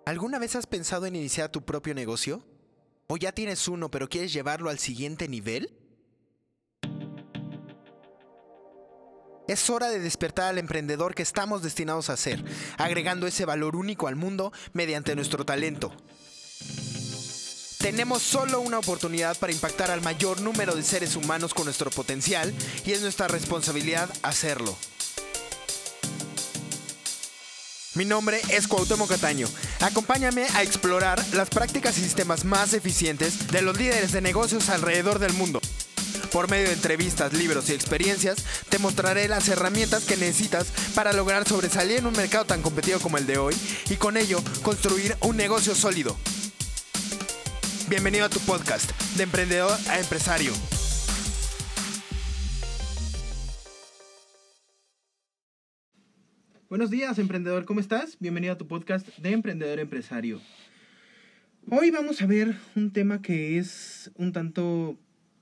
¿Alguna vez has pensado en iniciar tu propio negocio? ¿O ya tienes uno pero quieres llevarlo al siguiente nivel? Es hora de despertar al emprendedor que estamos destinados a ser, agregando ese valor único al mundo mediante nuestro talento. Tenemos solo una oportunidad para impactar al mayor número de seres humanos con nuestro potencial y es nuestra responsabilidad hacerlo. Mi nombre es Cuauhtémoc Cataño. Acompáñame a explorar las prácticas y sistemas más eficientes de los líderes de negocios alrededor del mundo. Por medio de entrevistas, libros y experiencias, te mostraré las herramientas que necesitas para lograr sobresalir en un mercado tan competitivo como el de hoy y con ello construir un negocio sólido. Bienvenido a tu podcast, de emprendedor a empresario. Buenos días, emprendedor, ¿cómo estás? Bienvenido a tu podcast de Emprendedor Empresario. Hoy vamos a ver un tema que es un tanto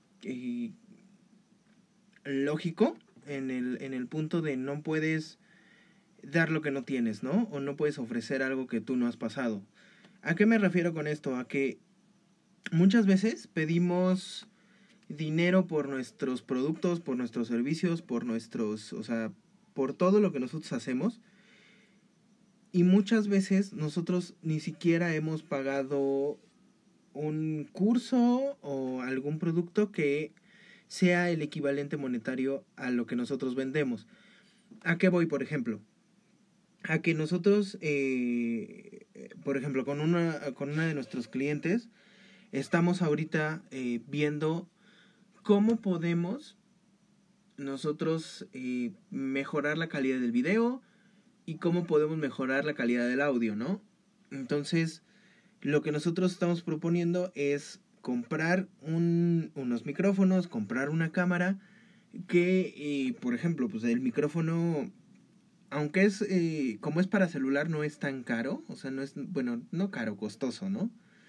lógico en el punto de no puedes dar lo que no tienes, ¿no? O no puedes ofrecer algo que tú no has pasado. ¿A qué me refiero con esto? A que muchas veces pedimos dinero por nuestros productos, por nuestros servicios, por todo lo que nosotros hacemos. Y muchas veces nosotros ni siquiera hemos pagado un curso o algún producto que sea el equivalente monetario a lo que nosotros vendemos. ¿A qué voy, por ejemplo? A que nosotros, por ejemplo, con una de nuestros clientes, estamos ahorita viendo cómo podemos nosotros mejorar la calidad del video y cómo podemos mejorar la calidad del audio, ¿no? Entonces, lo que nosotros estamos proponiendo es comprar unos micrófonos, comprar una cámara que, por ejemplo, pues el micrófono, aunque es, como es para celular, no es tan caro, o sea, no es, bueno, no caro, costoso, ¿no?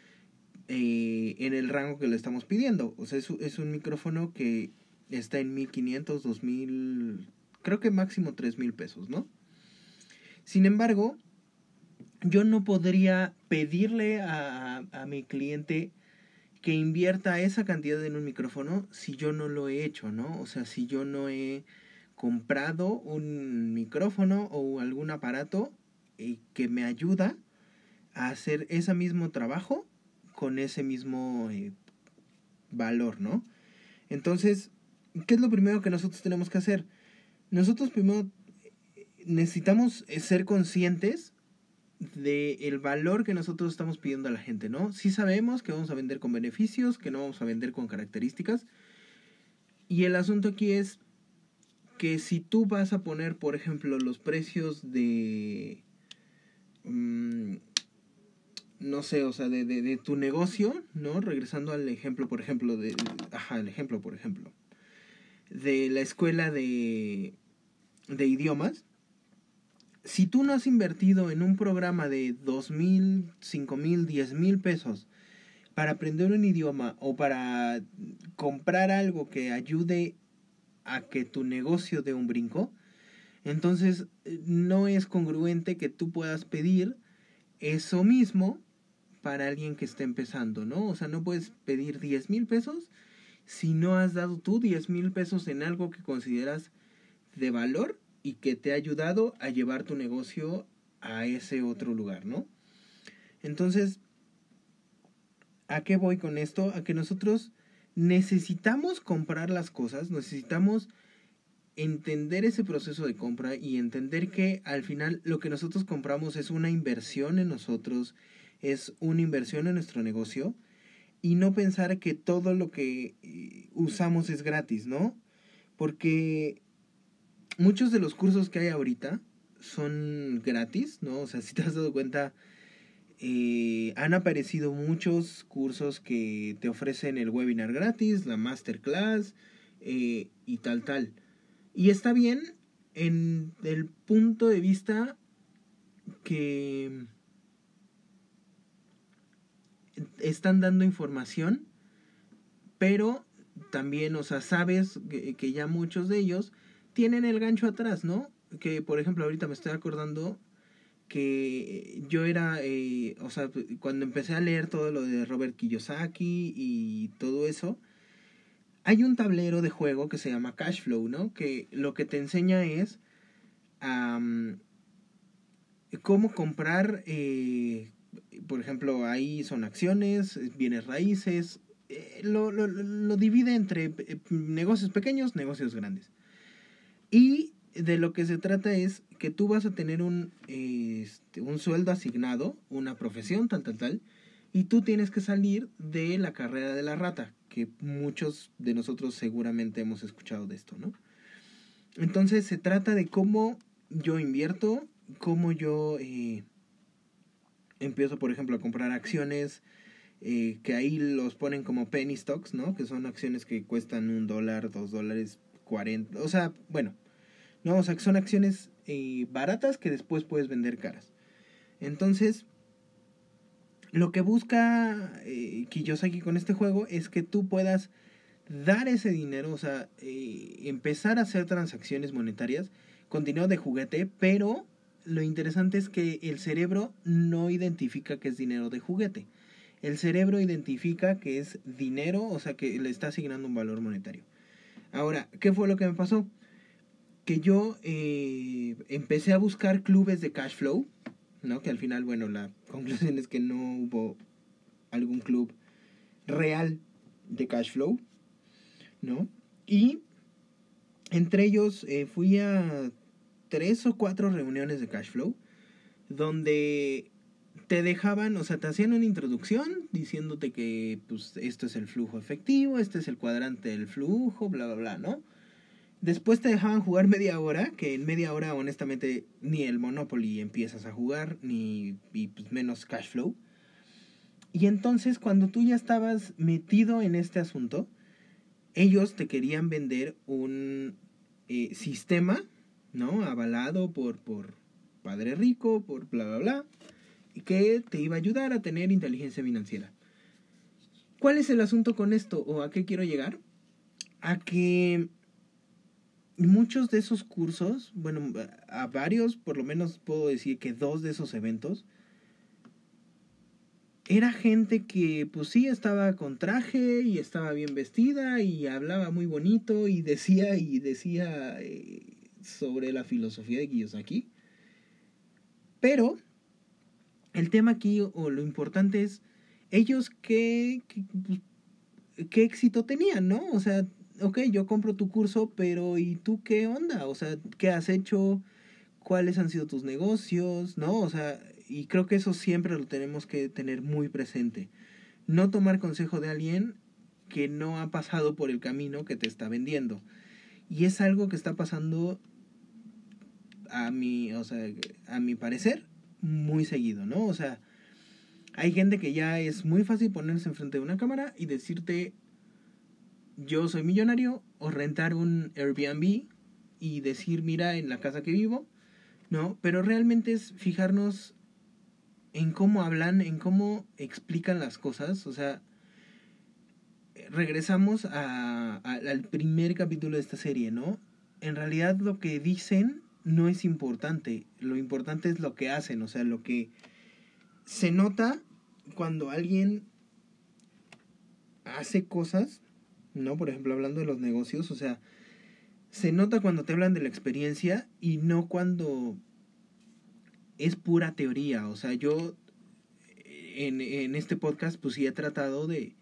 En el rango que le estamos pidiendo, o sea, es un micrófono que está en 1,500, 2,000, creo que máximo 3,000 pesos, ¿no? Sin embargo, yo no podría pedirle a mi cliente que invierta esa cantidad en un micrófono si yo no lo he hecho, ¿no? O sea, si yo no he comprado un micrófono o algún aparato que me ayuda a hacer ese mismo trabajo con ese mismo valor, ¿no? Entonces, ¿qué es lo primero que nosotros tenemos que hacer? Nosotros primero necesitamos ser conscientes del valor que nosotros estamos pidiendo a la gente, ¿no? Sí sabemos que vamos a vender con beneficios, que no vamos a vender con características. Y el asunto aquí es que si tú vas a poner, por ejemplo, los precios de... no sé, o sea, de tu negocio, ¿no? Regresando al ejemplo, por ejemplo, de la escuela de idiomas. Si tú no has invertido en un programa de 2,000, 5,000, 10,000 pesos para aprender un idioma o para comprar algo que ayude a que tu negocio dé un brinco, entonces no es congruente que tú puedas pedir eso mismo para alguien que esté empezando, ¿no? O sea, no puedes pedir 10,000 pesos si no has dado tú 10,000 pesos en algo que consideras de valor y que te ha ayudado a llevar tu negocio a ese otro lugar, ¿no? Entonces, ¿a qué voy con esto? A que nosotros necesitamos comprar las cosas, necesitamos entender ese proceso de compra y entender que al final lo que nosotros compramos es una inversión en nosotros, es una inversión en nuestro negocio y no pensar que todo lo que usamos es gratis, ¿no? Porque muchos de los cursos que hay ahorita son gratis, ¿no? O sea, si te has dado cuenta, han aparecido muchos cursos que te ofrecen el webinar gratis, la masterclass y tal. Y está bien en el punto de vista que están dando información, pero también, o sea, sabes que ya muchos de ellos tienen el gancho atrás, ¿no? Que, por ejemplo, ahorita me estoy acordando que yo era, o sea, cuando empecé a leer todo lo de Robert Kiyosaki y todo eso, hay un tablero de juego que se llama Cash Flow, ¿no? Que lo que te enseña es cómo comprar, por ejemplo, ahí son acciones, bienes raíces, lo divide entre negocios pequeños, negocios grandes. Y de lo que se trata es que tú vas a tener un sueldo asignado, una profesión, tal, y tú tienes que salir de la carrera de la rata, que muchos de nosotros seguramente hemos escuchado de esto, ¿no? Entonces se trata de cómo yo invierto, cómo yo empiezo, por ejemplo, a comprar acciones, que ahí los ponen como penny stocks, ¿no? Que son acciones que cuestan $1, $2, 40, o sea, bueno, no, o sea, que son acciones baratas que después puedes vender caras. Entonces, lo que busca Kiyosaki con este juego es que tú puedas dar ese dinero, o sea, empezar a hacer transacciones monetarias con dinero de juguete, pero lo interesante es que el cerebro no identifica que es dinero de juguete. El cerebro identifica que es dinero, o sea, que le está asignando un valor monetario. Ahora, ¿qué fue lo que me pasó? Que yo empecé a buscar clubes de cash flow, ¿no? Que al final, bueno, la conclusión es que no hubo algún club real de cash flow, ¿no? Y entre ellos fui a 3 o 4 reuniones de cash flow donde te dejaban, o sea, te hacían una introducción diciéndote que pues esto es el flujo efectivo, este es el cuadrante del flujo, bla, bla, bla, ¿no? Después te dejaban jugar media hora, que en media hora honestamente ni el Monopoly empiezas a jugar, y pues menos cash flow. Y entonces cuando tú ya estabas metido en este asunto, ellos te querían vender un sistema, ¿no? Avalado por Padre Rico, por bla, bla, bla, y que te iba a ayudar a tener inteligencia financiera. ¿Cuál es el asunto con esto? ¿O a qué quiero llegar? A que muchos de esos cursos, bueno, a varios, por lo menos puedo decir que 2 de esos eventos, era gente que pues sí estaba con traje y estaba bien vestida y hablaba muy bonito y decía sobre la filosofía de Kiyosaki. Pero el tema aquí, o lo importante es, ellos qué éxito tenían, ¿no? O sea, ok, yo compro tu curso, pero ¿y tú qué onda? O sea, ¿qué has hecho? ¿Cuáles han sido tus negocios? ¿No? O sea, y creo que eso siempre lo tenemos que tener muy presente. No tomar consejo de alguien que no ha pasado por el camino que te está vendiendo. Y es algo que está pasando a mi parecer, muy seguido, ¿no? O sea, hay gente que ya es muy fácil ponerse enfrente de una cámara y decirte yo soy millonario, o rentar un Airbnb y decir mira en la casa que vivo, ¿no? Pero realmente es fijarnos en cómo hablan, en cómo explican las cosas. O sea, regresamos al primer capítulo de esta serie, ¿no? En realidad lo que dicen no es importante, lo importante es lo que hacen, o sea, lo que se nota cuando alguien hace cosas, ¿no? Por ejemplo, hablando de los negocios, o sea, se nota cuando te hablan de la experiencia y no cuando es pura teoría. O sea, yo en este podcast pues sí he tratado de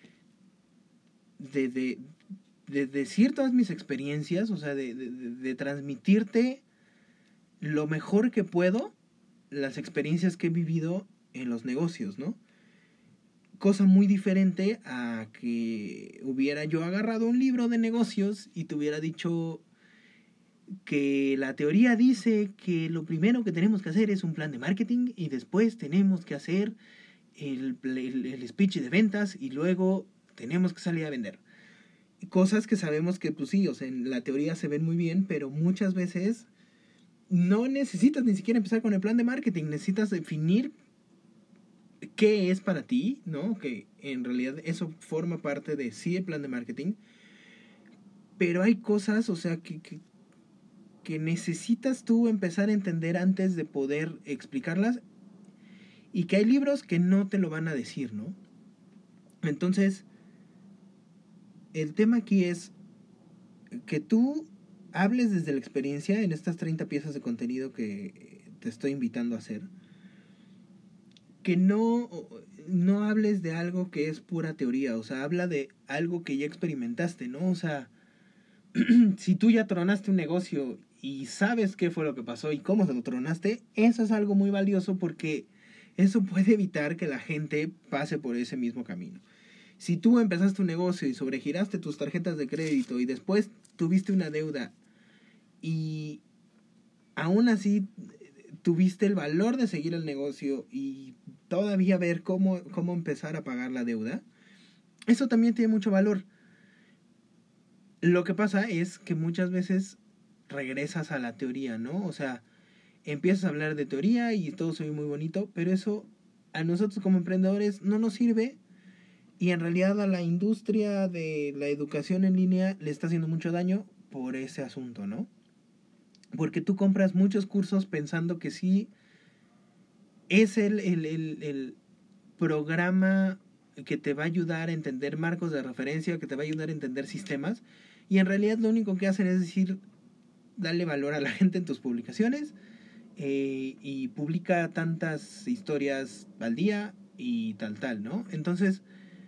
decir todas mis experiencias, o sea, de transmitirte lo mejor que puedo las experiencias que he vivido en los negocios, ¿no? Cosa muy diferente a que hubiera yo agarrado un libro de negocios y te hubiera dicho que la teoría dice que lo primero que tenemos que hacer es un plan de marketing y después tenemos que hacer el speech de ventas y luego tenemos que salir a vender. Cosas que sabemos que pues sí, o sea, en la teoría se ven muy bien, pero muchas veces no necesitas ni siquiera empezar con el plan de marketing, necesitas definir qué es para ti, ¿no? Que en realidad eso forma parte de sí el plan de marketing, pero hay cosas, o sea, que que necesitas tú empezar a entender antes de poder explicarlas, y que hay libros que no te lo van a decir, ¿no? Entonces, el tema aquí es que tú hables desde la experiencia en estas 30 piezas de contenido que te estoy invitando a hacer. Que no hables de algo que es pura teoría, o sea, habla de algo que ya experimentaste, ¿no? O sea, si tú ya tronaste un negocio y sabes qué fue lo que pasó y cómo se lo tronaste, eso es algo muy valioso, porque eso puede evitar que la gente pase por ese mismo camino. Si tú empezaste un negocio y sobregiraste tus tarjetas de crédito y después tuviste una deuda y aún así tuviste el valor de seguir el negocio y todavía ver cómo empezar a pagar la deuda, eso también tiene mucho valor. Lo que pasa es que muchas veces regresas a la teoría, ¿no? O sea, empiezas a hablar de teoría y todo se ve muy bonito, pero eso a nosotros como emprendedores no nos sirve, y en realidad a la industria de la educación en línea le está haciendo mucho daño por ese asunto, ¿no? Porque tú compras muchos cursos pensando que sí es el programa que te va a ayudar a entender marcos de referencia, que te va a ayudar a entender sistemas, y en realidad lo único que hacen es decir, dale valor a la gente en tus publicaciones, y publica tantas historias al día y tal, ¿no? Entonces,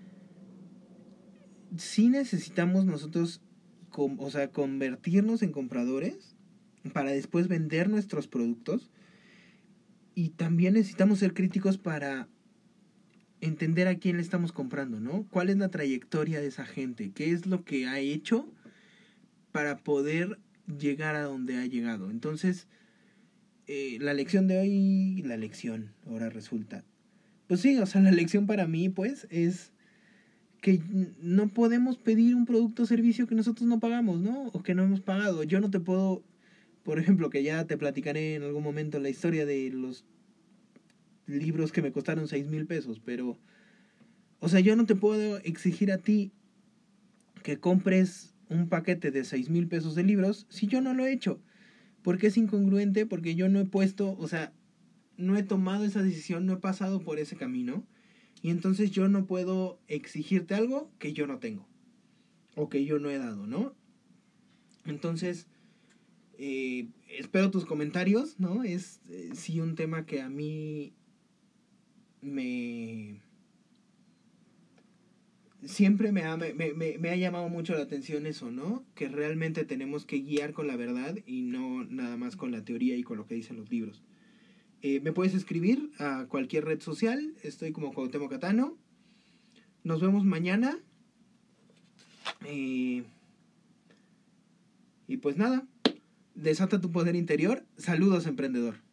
sí necesitamos nosotros, convertirnos en compradores para después vender nuestros productos, y también necesitamos ser críticos para entender a quién le estamos comprando, ¿no? ¿Cuál es la trayectoria de esa gente? ¿Qué es lo que ha hecho para poder llegar a donde ha llegado? Entonces, la lección de hoy, ahora resulta, pues sí, o sea, la lección para mí, pues, es que no podemos pedir un producto o servicio que nosotros no pagamos, ¿no? O que no hemos pagado. Yo no te puedo, por ejemplo, que ya te platicaré en algún momento la historia de los libros que me costaron 6,000 pesos, pero, o sea, yo no te puedo exigir a ti que compres un paquete de 6,000 pesos de libros si yo no lo he hecho, porque es incongruente, porque yo no he puesto, o sea, no he tomado esa decisión, no he pasado por ese camino, y entonces yo no puedo exigirte algo que yo no tengo o que yo no he dado, ¿no? Entonces, espero tus comentarios, ¿no? Es sí un tema que a mí siempre me ha llamado mucho la atención eso, ¿no? Que realmente tenemos que guiar con la verdad y no nada más con la teoría y con lo que dicen los libros. Me puedes escribir a cualquier red social, estoy como Cuauhtémoc Catano. Nos vemos mañana. Y pues nada, desata tu poder interior. Saludos, emprendedor.